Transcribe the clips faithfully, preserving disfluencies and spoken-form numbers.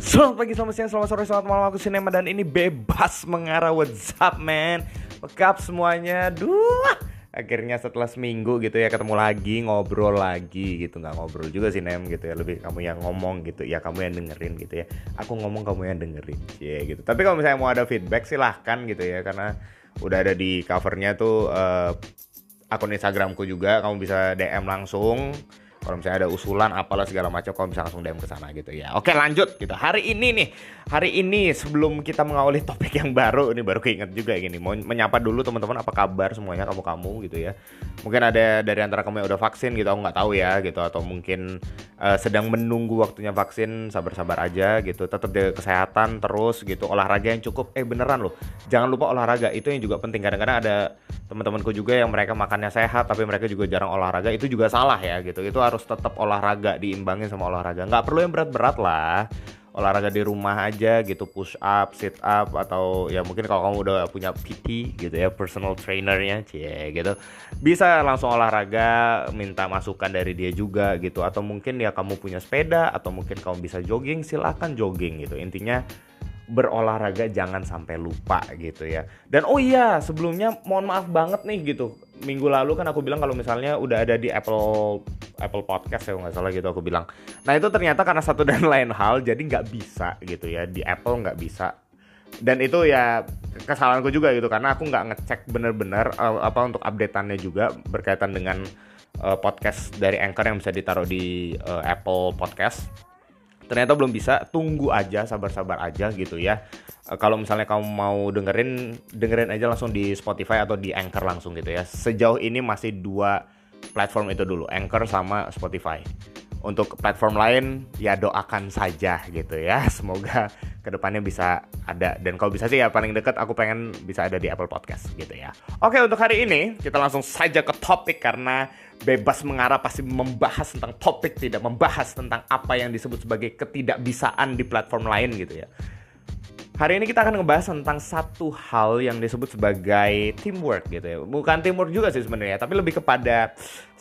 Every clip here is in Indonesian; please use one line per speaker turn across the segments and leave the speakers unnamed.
Selamat pagi, selamat siang, selamat sore, selamat malam. Aku Sinema dan ini Bebas Mengarah. What's up, man? Wake semuanya. Duh, akhirnya setelah seminggu gitu ya ketemu lagi, ngobrol lagi gitu. Nggak ngobrol juga sih, Nem, gitu ya. Lebih kamu yang ngomong gitu ya, kamu yang dengerin gitu ya. Aku ngomong, kamu yang dengerin, yeah, gitu. Tapi kalau misalnya mau ada feedback silahkan gitu ya, karena udah ada di covernya tuh uh, akun Instagramku juga. Kamu bisa D M langsung. Kalau misalnya ada usulan apalah segala macam, kalau bisa langsung D M ke sana gitu ya. Oke, lanjut gitu. Hari ini nih, hari ini sebelum kita mengawali topik yang baru, ini baru keinget juga gini, mau menyapa dulu teman-teman, apa kabar semuanya kamu-kamu gitu ya. Mungkin ada dari antara kamu yang udah vaksin gitu, aku nggak tahu ya gitu, atau mungkin uh, sedang menunggu waktunya vaksin, sabar-sabar aja gitu. Tetap jaga kesehatan terus gitu, olahraga yang cukup. Eh beneran loh, jangan lupa olahraga, itu yang juga penting. Kadang-kadang ada teman-temanku juga yang mereka makannya sehat tapi mereka juga jarang olahraga, itu juga salah ya gitu. Itu harus tetap olahraga, diimbangin sama olahraga. Nggak perlu yang berat-berat lah, olahraga di rumah aja gitu, push up, sit up, atau ya mungkin kalau kamu udah punya P T gitu ya, personal trainernya, cie gitu, bisa langsung olahraga, minta masukan dari dia juga gitu. Atau mungkin ya kamu punya sepeda, atau mungkin kamu bisa jogging, silakan jogging gitu. Intinya berolahraga jangan sampai lupa gitu ya. Dan oh iya, sebelumnya mohon maaf banget nih gitu. Minggu lalu kan aku bilang kalau misalnya udah ada di Apple Apple Podcast ya nggak salah gitu aku bilang. Nah itu ternyata karena satu dan lain hal jadi nggak bisa gitu ya, di Apple nggak bisa. Dan itu ya kesalahanku juga gitu, karena aku nggak ngecek bener-bener uh, apa untuk updateannya juga berkaitan dengan uh, podcast dari Anchor yang bisa ditaruh di uh, Apple Podcast. Ternyata belum bisa, tunggu aja, sabar-sabar aja gitu ya. E, kalau misalnya kamu mau dengerin, dengerin aja langsung di Spotify atau di Anchor langsung gitu ya. Sejauh ini masih dua platform itu dulu, Anchor sama Spotify. Untuk platform lain ya doakan saja gitu ya. Semoga kedepannya bisa ada. Dan kalau bisa sih ya paling deket aku pengen bisa ada di Apple Podcast gitu ya. Oke, untuk hari ini kita langsung saja ke topik, karena Bebas Mengarah pasti membahas tentang topik, tidak membahas tentang apa yang disebut sebagai ketidakbisaan di platform lain gitu ya. Hari ini kita akan ngebahas tentang satu hal yang disebut sebagai teamwork gitu ya. Bukan teamwork juga sih sebenarnya, tapi lebih kepada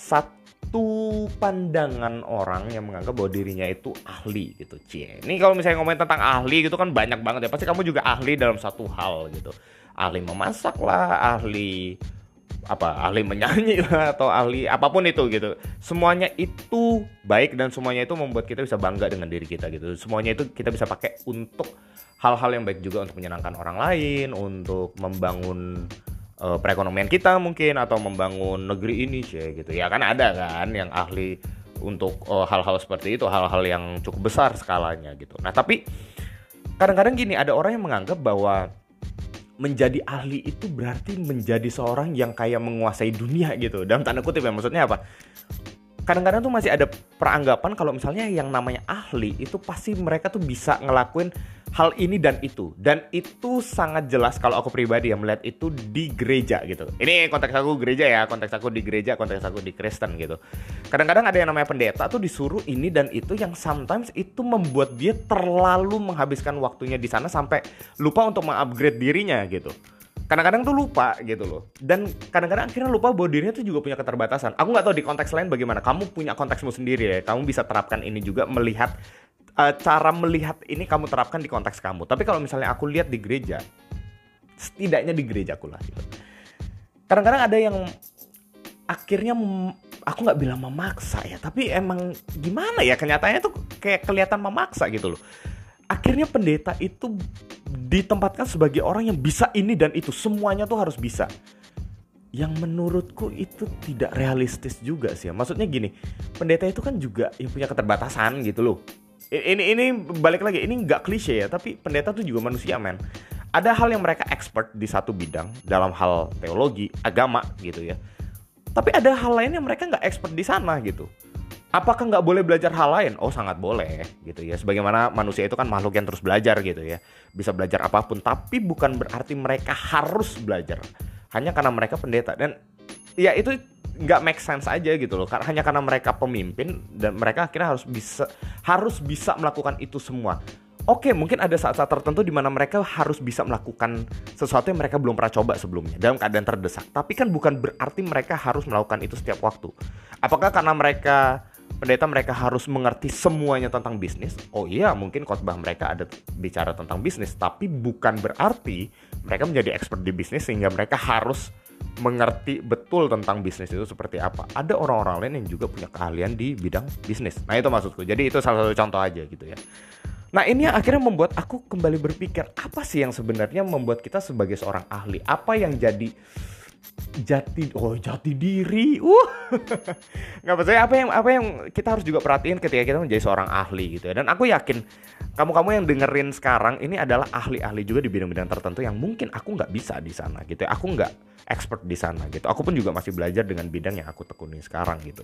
satu pandangan orang yang menganggap bahwa dirinya itu ahli gitu. Cie. Ini kalau misalnya ngomongin tentang ahli gitu kan banyak banget ya. Pasti kamu juga ahli dalam satu hal gitu. Ahli memasak lah, ahli apa ahli menyanyi lah, atau ahli apapun itu gitu. Semuanya itu baik dan semuanya itu membuat kita bisa bangga dengan diri kita gitu. Semuanya itu kita bisa pakai untuk hal-hal yang baik juga, untuk menyenangkan orang lain, untuk membangun uh, perekonomian kita mungkin, atau membangun negeri ini sih gitu. Ya kan ada kan yang ahli untuk uh, hal-hal seperti itu, hal-hal yang cukup besar skalanya gitu. Nah, tapi kadang-kadang gini, ada orang yang menganggap bahwa menjadi ahli itu berarti menjadi seorang yang kayak menguasai dunia gitu. Dalam tanda kutip ya, maksudnya apa? Kadang-kadang tuh masih ada peranggapan kalau misalnya yang namanya ahli itu pasti mereka tuh bisa ngelakuin hal ini dan itu. Dan itu sangat jelas kalau aku pribadi yang melihat itu di gereja gitu. Ini konteks aku gereja ya, konteks aku di gereja, konteks aku di Kristen gitu. Kadang-kadang ada yang namanya pendeta tuh disuruh ini dan itu, yang sometimes itu membuat dia terlalu menghabiskan waktunya di sana sampai lupa untuk mengupgrade dirinya gitu. Kadang-kadang tuh lupa gitu loh. Dan kadang-kadang akhirnya lupa bahwa dirinya tuh juga punya keterbatasan. Aku gak tahu di konteks lain bagaimana. Kamu punya konteksmu sendiri ya. Kamu bisa terapkan ini juga, melihat uh, cara melihat ini kamu terapkan di konteks kamu. Tapi kalau misalnya aku lihat di gereja, setidaknya di gerejaku lah gitu, kadang-kadang ada yang akhirnya mem- aku gak bilang memaksa ya, tapi emang gimana ya, kenyataannya tuh kayak kelihatan memaksa gitu loh. Akhirnya pendeta itu ditempatkan sebagai orang yang bisa ini dan itu, semuanya tuh harus bisa. Yang menurutku itu tidak realistis juga sih ya. Maksudnya gini, pendeta itu kan juga ya punya keterbatasan gitu loh. Ini ini balik lagi, ini nggak klise ya, tapi pendeta tuh juga manusia, men. Ada hal yang mereka expert di satu bidang dalam hal teologi, agama gitu ya. Tapi ada hal lain yang mereka nggak expert di sana gitu. Apakah nggak boleh belajar hal lain? Oh sangat boleh gitu ya. Sebagaimana manusia itu kan makhluk yang terus belajar gitu ya. Bisa belajar apapun, tapi bukan berarti mereka harus belajar hanya karena mereka pendeta. Dan ya itu nggak make sense aja gitu loh. Hanya karena mereka pemimpin dan mereka akhirnya harus bisa harus bisa melakukan itu semua. Oke, mungkin ada saat-saat tertentu di mana mereka harus bisa melakukan sesuatu yang mereka belum pernah coba sebelumnya dalam keadaan terdesak. Tapi kan bukan berarti mereka harus melakukan itu setiap waktu. Apakah karena mereka pendeta mereka harus mengerti semuanya tentang bisnis. Oh iya, mungkin khotbah mereka ada bicara tentang bisnis, tapi bukan berarti mereka menjadi expert di bisnis sehingga mereka harus mengerti betul tentang bisnis itu seperti apa. Ada orang-orang lain yang juga punya keahlian di bidang bisnis. Nah itu maksudku. Jadi itu salah satu contoh aja gitu ya. Nah ini yang akhirnya membuat aku kembali berpikir, apa sih yang sebenarnya membuat kita sebagai seorang ahli? Apa yang jadi jati oh jati diri? Uh, nggak percaya apa yang apa yang kita harus juga perhatiin ketika kita menjadi seorang ahli gitu ya. Dan aku yakin kamu-kamu yang dengerin sekarang ini adalah ahli-ahli juga di bidang-bidang tertentu yang mungkin aku nggak bisa di sana gitu ya. Aku nggak expert di sana gitu. Aku pun juga masih belajar dengan bidang yang aku tekuni sekarang gitu.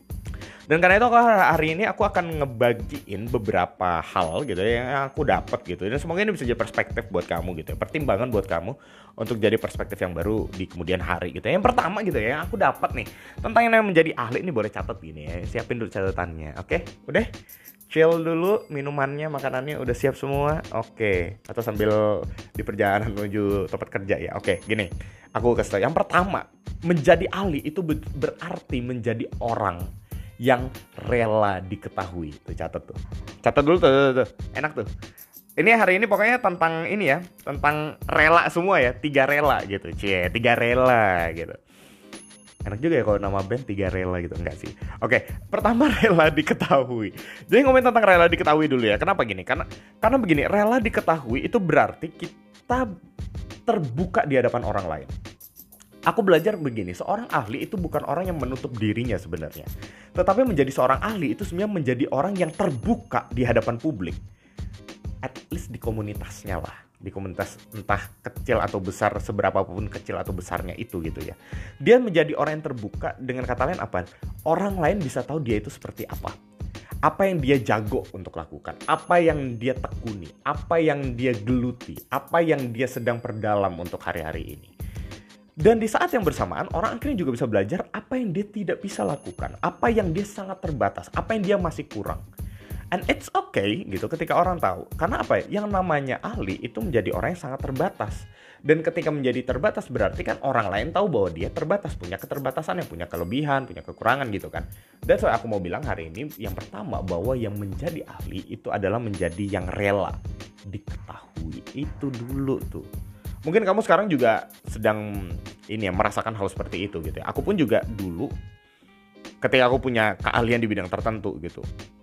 Dan karena itu hari ini aku akan ngebagiin beberapa hal gitu ya yang aku dapat gitu. Dan semoga ini bisa jadi perspektif buat kamu gitu ya. Pertimbangan buat kamu untuk jadi perspektif yang baru di kemudian hari gitu ya. Yang pertama gitu ya, yang aku dapat nih tentang yang menjadi ahli ini, boleh catat gini ya. Siapin dulu catatannya. Oke, udah? Chill dulu, minumannya, makanannya udah siap semua. Oke, atau sambil di perjalanan menuju tempat kerja ya. Oke, gini. Aku kasih tahu. Yang pertama, menjadi ahli itu berarti menjadi orang yang rela diketahui. Tuh catat tuh. Catat dulu tuh, tuh, tuh. Enak tuh. Ini hari ini pokoknya tentang ini ya, tentang rela semua ya, tiga rela gitu. Cie, tiga rela gitu. Enak juga ya kalau nama band tiga rela gitu, enggak sih. Oke, pertama rela diketahui. Jadi ngomongin tentang rela diketahui dulu ya. Kenapa gini? Karena karena begini, rela diketahui itu berarti kita terbuka di hadapan orang lain. Aku belajar begini, seorang ahli itu bukan orang yang menutup dirinya sebenarnya. Tetapi menjadi seorang ahli itu sebenarnya menjadi orang yang terbuka di hadapan publik. At least di komunitasnya lah. Di komunitas entah kecil atau besar, seberapa pun kecil atau besarnya itu gitu ya. Dia menjadi orang yang terbuka, dengan kata lain apa? Orang lain bisa tahu dia itu seperti apa. Apa yang dia jago untuk lakukan, apa yang dia tekuni, apa yang dia geluti, apa yang dia sedang perdalam untuk hari-hari ini. Dan di saat yang bersamaan, orang akhirnya juga bisa belajar apa yang dia tidak bisa lakukan, apa yang dia sangat terbatas, apa yang dia masih kurang. And it's okay gitu ketika orang tahu. Karena apa ya? Yang namanya ahli itu menjadi orang yang sangat terbatas. Dan ketika menjadi terbatas berarti kan orang lain tahu bahwa dia terbatas, punya keterbatasan, yang punya kelebihan, punya kekurangan gitu kan. Dan so aku mau bilang hari ini yang pertama bahwa yang menjadi ahli itu adalah menjadi yang rela diketahui. Itu dulu tuh. Mungkin kamu sekarang juga sedang ini ya, merasakan hal seperti itu gitu ya. Aku pun juga dulu ketika aku punya keahlian di bidang tertentu gitu,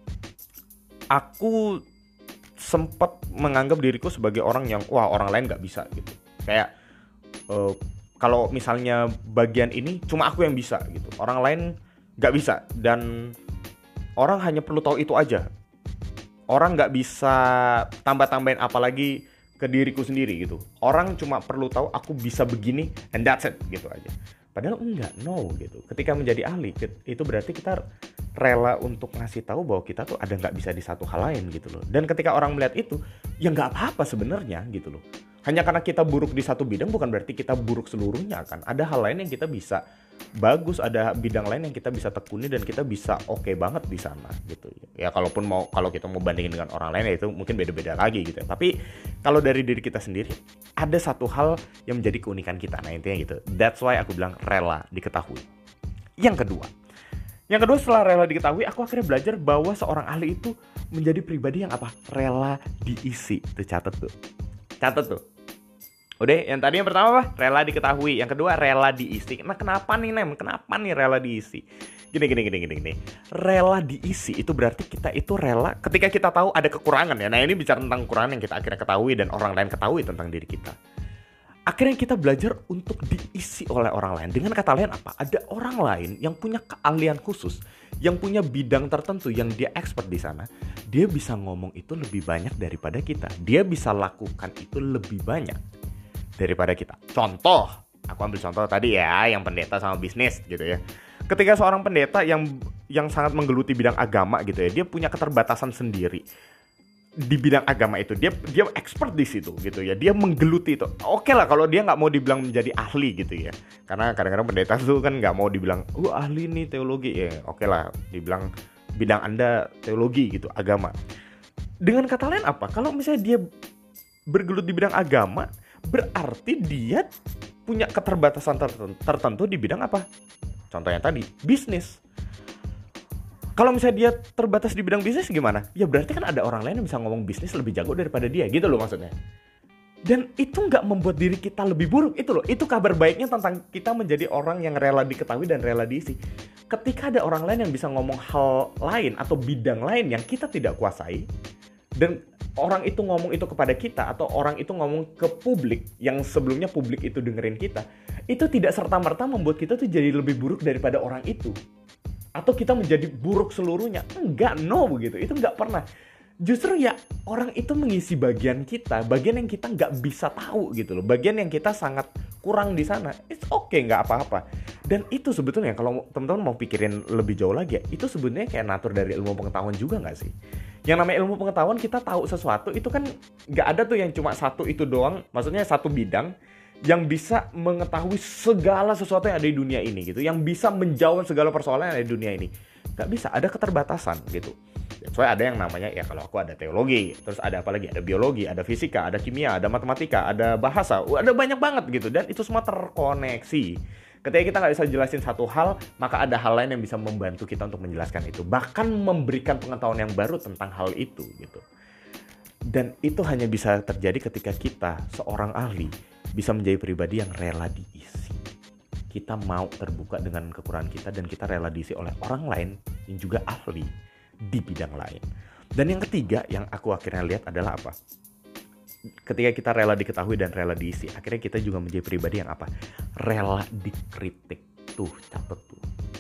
aku sempat menganggap diriku sebagai orang yang wah orang lain nggak bisa gitu. Kayak uh, kalau misalnya bagian ini cuma aku yang bisa gitu, orang lain nggak bisa, dan orang hanya perlu tahu itu aja. Orang nggak bisa tambah-tambahin apalagi ke diriku sendiri gitu. Orang cuma perlu tahu aku bisa begini and that's it gitu aja. Padahal enggak, no gitu. Ketika menjadi ahli itu berarti kita rela untuk ngasih tahu bahwa kita tuh ada nggak bisa di satu hal lain gitu loh. Dan ketika orang melihat itu, ya nggak apa-apa sebenarnya gitu loh. Hanya karena kita buruk di satu bidang bukan berarti kita buruk seluruhnya kan. Ada hal lain yang kita bisa bagus, ada bidang lain yang kita bisa tekuni dan kita bisa oke okay banget di sana gitu. Ya kalaupun mau kalau kita mau bandingin dengan orang lain ya itu mungkin beda-beda lagi gitu. Tapi kalau dari diri kita sendiri ada satu hal yang menjadi keunikan kita. Nah intinya gitu. That's why aku bilang rela diketahui. Yang kedua, yang kedua setelah rela diketahui, aku akhirnya belajar bahwa seorang ahli itu menjadi pribadi yang apa? Rela diisi. Tuh catat tuh. Catat tuh. Udah, yang tadi yang pertama apa? Rela diketahui. Yang kedua rela diisi. Nah kenapa nih Nem? Kenapa nih rela diisi? Gini, gini, gini, gini, gini. Rela diisi itu berarti kita itu rela ketika kita tahu ada kekurangan ya. Nah ini bicara tentang kekurangan yang kita akhirnya ketahui dan orang lain ketahui tentang diri kita. Akhirnya kita belajar untuk diisi oleh orang lain. Dengan kata lain apa? Ada orang lain yang punya keahlian khusus, yang punya bidang tertentu, yang dia expert di sana. Dia bisa ngomong itu lebih banyak daripada kita. Dia bisa lakukan itu lebih banyak daripada kita. Contoh, aku ambil contoh tadi ya, yang pendeta sama bisnis gitu ya. Ketika seorang pendeta yang yang sangat menggeluti bidang agama gitu ya, dia punya keterbatasan sendiri di bidang agama itu, dia dia expert di situ gitu ya, dia menggeluti itu. Oke lah kalau dia nggak mau dibilang menjadi ahli gitu ya, karena kadang-kadang pendeta tuh kan nggak mau dibilang, oh ahli nih teologi ya. Oke lah, dibilang bidang anda teologi gitu, agama. Dengan kata lain apa? Kalau misalnya dia bergelut di bidang agama, berarti dia punya keterbatasan tertentu di bidang apa? Contohnya tadi, bisnis. Kalau misalnya dia terbatas di bidang bisnis gimana? Ya berarti kan ada orang lain yang bisa ngomong bisnis lebih jago daripada dia, gitu loh maksudnya. Dan itu nggak membuat diri kita lebih buruk, itu loh. Itu kabar baiknya tentang kita menjadi orang yang rela diketahui dan rela diisi. Ketika ada orang lain yang bisa ngomong hal lain atau bidang lain yang kita tidak kuasai, dan orang itu ngomong itu kepada kita, atau orang itu ngomong ke publik yang sebelumnya publik itu dengerin kita, itu tidak serta-merta membuat kita tuh jadi lebih buruk daripada orang itu. Atau kita menjadi buruk seluruhnya. Enggak, no begitu. Itu enggak pernah. Justru ya orang itu mengisi bagian kita, bagian yang kita nggak bisa tahu gitu loh. Bagian yang kita sangat kurang di sana. It's okay, nggak apa-apa. Dan itu sebetulnya kalau teman-teman mau pikirin lebih jauh lagi ya, itu sebenarnya kayak natur dari ilmu pengetahuan juga nggak sih? Yang namanya ilmu pengetahuan, kita tahu sesuatu itu kan nggak ada tuh yang cuma satu itu doang. Maksudnya satu bidang yang bisa mengetahui segala sesuatu yang ada di dunia ini gitu, yang bisa menjawab segala persoalan yang ada di dunia ini. Gak bisa, ada keterbatasan gitu. Soalnya ada yang namanya, ya kalau aku ada teologi, terus ada apa lagi, ada biologi, ada fisika, ada kimia, ada matematika, ada bahasa, ada banyak banget gitu. Dan itu semua terkoneksi. Ketika kita gak bisa jelasin satu hal, maka ada hal lain yang bisa membantu kita untuk menjelaskan itu, bahkan memberikan pengetahuan yang baru tentang hal itu gitu. Dan itu hanya bisa terjadi ketika kita, seorang ahli, bisa menjadi pribadi yang rela diisi. Kita mau terbuka dengan kekurangan kita dan kita rela diisi oleh orang lain yang juga ahli di bidang lain. Dan yang ketiga yang aku akhirnya lihat adalah apa? Ketika kita rela diketahui dan rela diisi, akhirnya kita juga menjadi pribadi yang apa? Rela dikritik. Tuh, catat tuh.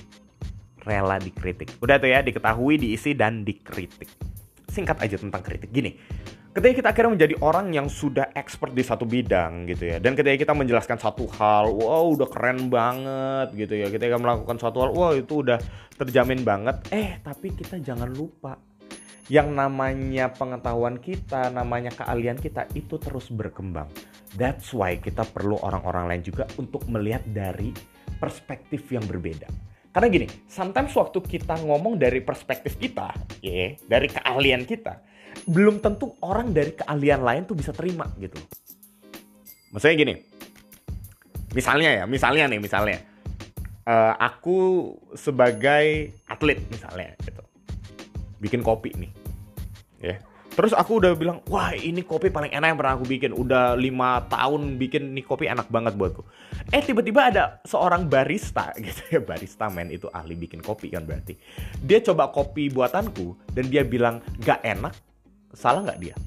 Rela dikritik. Udah tuh ya, diketahui, diisi, dan dikritik. Singkat aja tentang kritik. Gini, ketika kita akhirnya menjadi orang yang sudah expert di satu bidang gitu ya, dan ketika kita menjelaskan satu hal, wow udah keren banget gitu ya, ketika melakukan suatu hal, wow itu udah terjamin banget. Eh tapi kita jangan lupa, yang namanya pengetahuan kita, namanya keahlian kita itu terus berkembang. That's why kita perlu orang-orang lain juga untuk melihat dari perspektif yang berbeda. Karena gini, sometimes waktu kita ngomong dari perspektif kita, ya, dari keahlian kita, belum tentu orang dari keahlian lain tuh bisa terima gitu. Maksudnya gini, misalnya ya, misalnya nih, misalnya uh, aku sebagai atlet misalnya gitu, bikin kopi nih, ya. Terus aku udah bilang, wah ini kopi paling enak yang pernah aku bikin. Udah lima tahun bikin nih kopi, enak banget buatku. Eh tiba-tiba ada seorang barista gitu ya. Barista men, itu ahli bikin kopi kan berarti. Dia coba kopi buatanku dan dia bilang gak enak. Salah gak dia?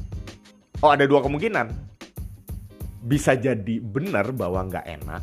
Oh ada dua kemungkinan. Bisa jadi benar bahwa gak enak.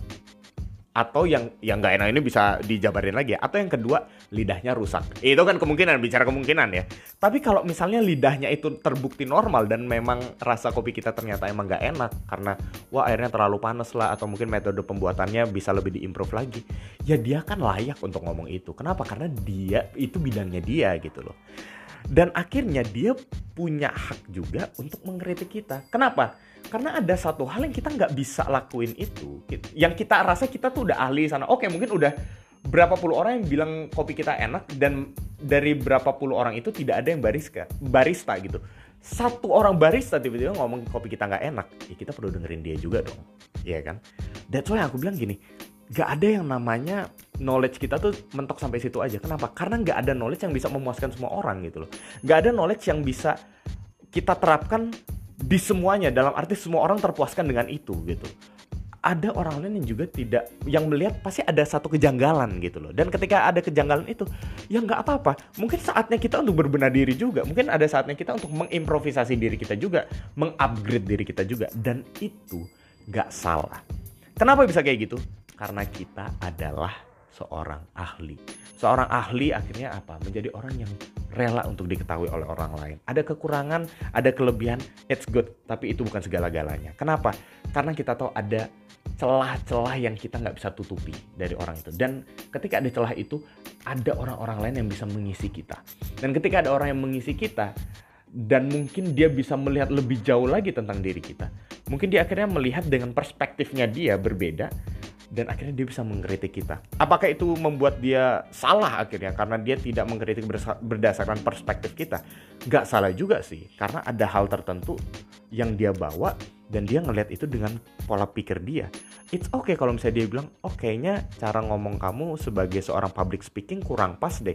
Atau yang yang nggak enak ini bisa dijabarin lagi ya. Atau yang kedua, lidahnya rusak. Itu kan kemungkinan, bicara kemungkinan ya. Tapi kalau misalnya lidahnya itu terbukti normal dan memang rasa kopi kita ternyata emang nggak enak karena wah airnya terlalu panas lah, atau mungkin metode pembuatannya bisa lebih diimprove lagi, ya dia kan layak untuk ngomong itu. Kenapa? Karena dia itu bidangnya dia gitu loh. Dan akhirnya dia punya hak juga untuk mengkritik kita. Kenapa? Karena ada satu hal yang kita nggak bisa lakuin itu. Yang kita rasa kita tuh udah ahli sana. Oke, mungkin udah berapa puluh orang yang bilang kopi kita enak. Dan dari berapa puluh orang itu tidak ada yang barista, barista gitu. Satu orang barista tiba-tiba ngomong kopi kita nggak enak. Ya kita perlu dengerin dia juga dong. Iya kan? That's why aku bilang gini. Gak ada yang namanya knowledge kita tuh mentok sampai situ aja. Kenapa? Karena gak ada knowledge yang bisa memuaskan semua orang gitu loh. Gak ada knowledge yang bisa kita terapkan di semuanya. Dalam arti semua orang terpuaskan dengan itu gitu. Ada orang lain yang juga tidak, yang melihat pasti ada satu kejanggalan gitu loh. Dan ketika ada kejanggalan itu, ya gak apa-apa. Mungkin saatnya kita untuk berbenah diri juga. Mungkin ada saatnya kita untuk mengimprovisasi diri kita juga. Mengupgrade diri kita juga. Dan itu gak salah. Kenapa bisa kayak gitu? Karena kita adalah seorang ahli. Seorang ahli akhirnya apa? Menjadi orang yang rela untuk diketahui oleh orang lain. Ada kekurangan, ada kelebihan, it's good. Tapi itu bukan segala-galanya. Kenapa? Karena kita tahu ada celah-celah yang kita nggak bisa tutupi dari orang itu. Dan ketika ada celah itu, ada orang-orang lain yang bisa mengisi kita. Dan ketika ada orang yang mengisi kita, dan mungkin dia bisa melihat lebih jauh lagi tentang diri kita. Mungkin dia akhirnya melihat dengan perspektifnya dia berbeda. Dan akhirnya dia bisa mengkritik kita. Apakah itu membuat dia salah akhirnya karena dia tidak mengkritik berdasarkan perspektif kita? Gak salah juga sih. Karena ada hal tertentu yang dia bawa dan dia ngelihat itu dengan pola pikir dia. It's okay kalau misalnya dia bilang, oh kayaknya cara ngomong kamu sebagai seorang public speaking kurang pas deh.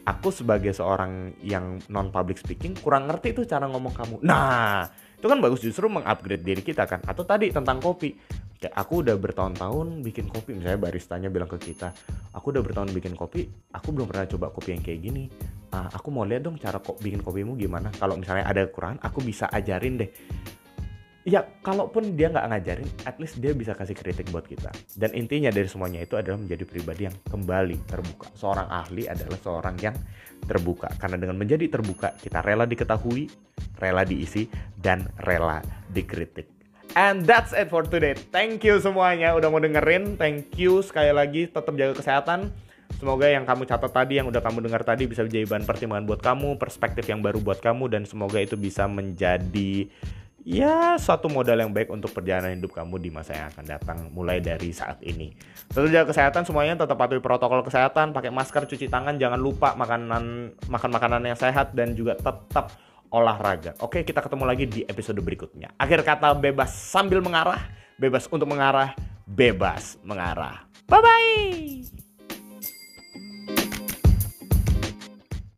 aku sebagai seorang yang non public speaking kurang ngerti tuh cara ngomong kamu. Nah, itu kan bagus, justru mengupgrade diri kita kan. Atau tadi tentang kopi, kayak aku udah bertahun-tahun bikin kopi, misalnya baristanya bilang ke kita, aku udah bertahun bikin kopi, aku belum pernah coba kopi yang kayak gini. Ah, aku mau lihat dong cara kok bikin kopimu gimana. Kalau misalnya ada kekurangan, aku bisa ajarin deh. Ya, kalaupun dia nggak ngajarin, at least dia bisa kasih kritik buat kita. Dan intinya dari semuanya itu adalah menjadi pribadi yang kembali terbuka. Seorang ahli adalah seorang yang terbuka. Karena dengan menjadi terbuka, kita rela diketahui, rela diisi, dan rela dikritik. And that's it for today. Thank you semuanya udah mau dengerin. Thank you sekali lagi, tetap jaga kesehatan. Semoga yang kamu catat tadi, yang udah kamu dengar tadi bisa menjadi bahan pertimbangan buat kamu, perspektif yang baru buat kamu, dan semoga itu bisa menjadi ya suatu modal yang baik untuk perjalanan hidup kamu di masa yang akan datang mulai dari saat ini. Tetap jaga kesehatan semuanya, tetap patuhi protokol kesehatan, pakai masker, cuci tangan, jangan lupa makanan makan makanan yang sehat, dan juga tetap olahraga. Oke, kita ketemu lagi di episode berikutnya. Akhir kata, bebas sambil mengarah, bebas untuk mengarah, bebas mengarah. Bye bye.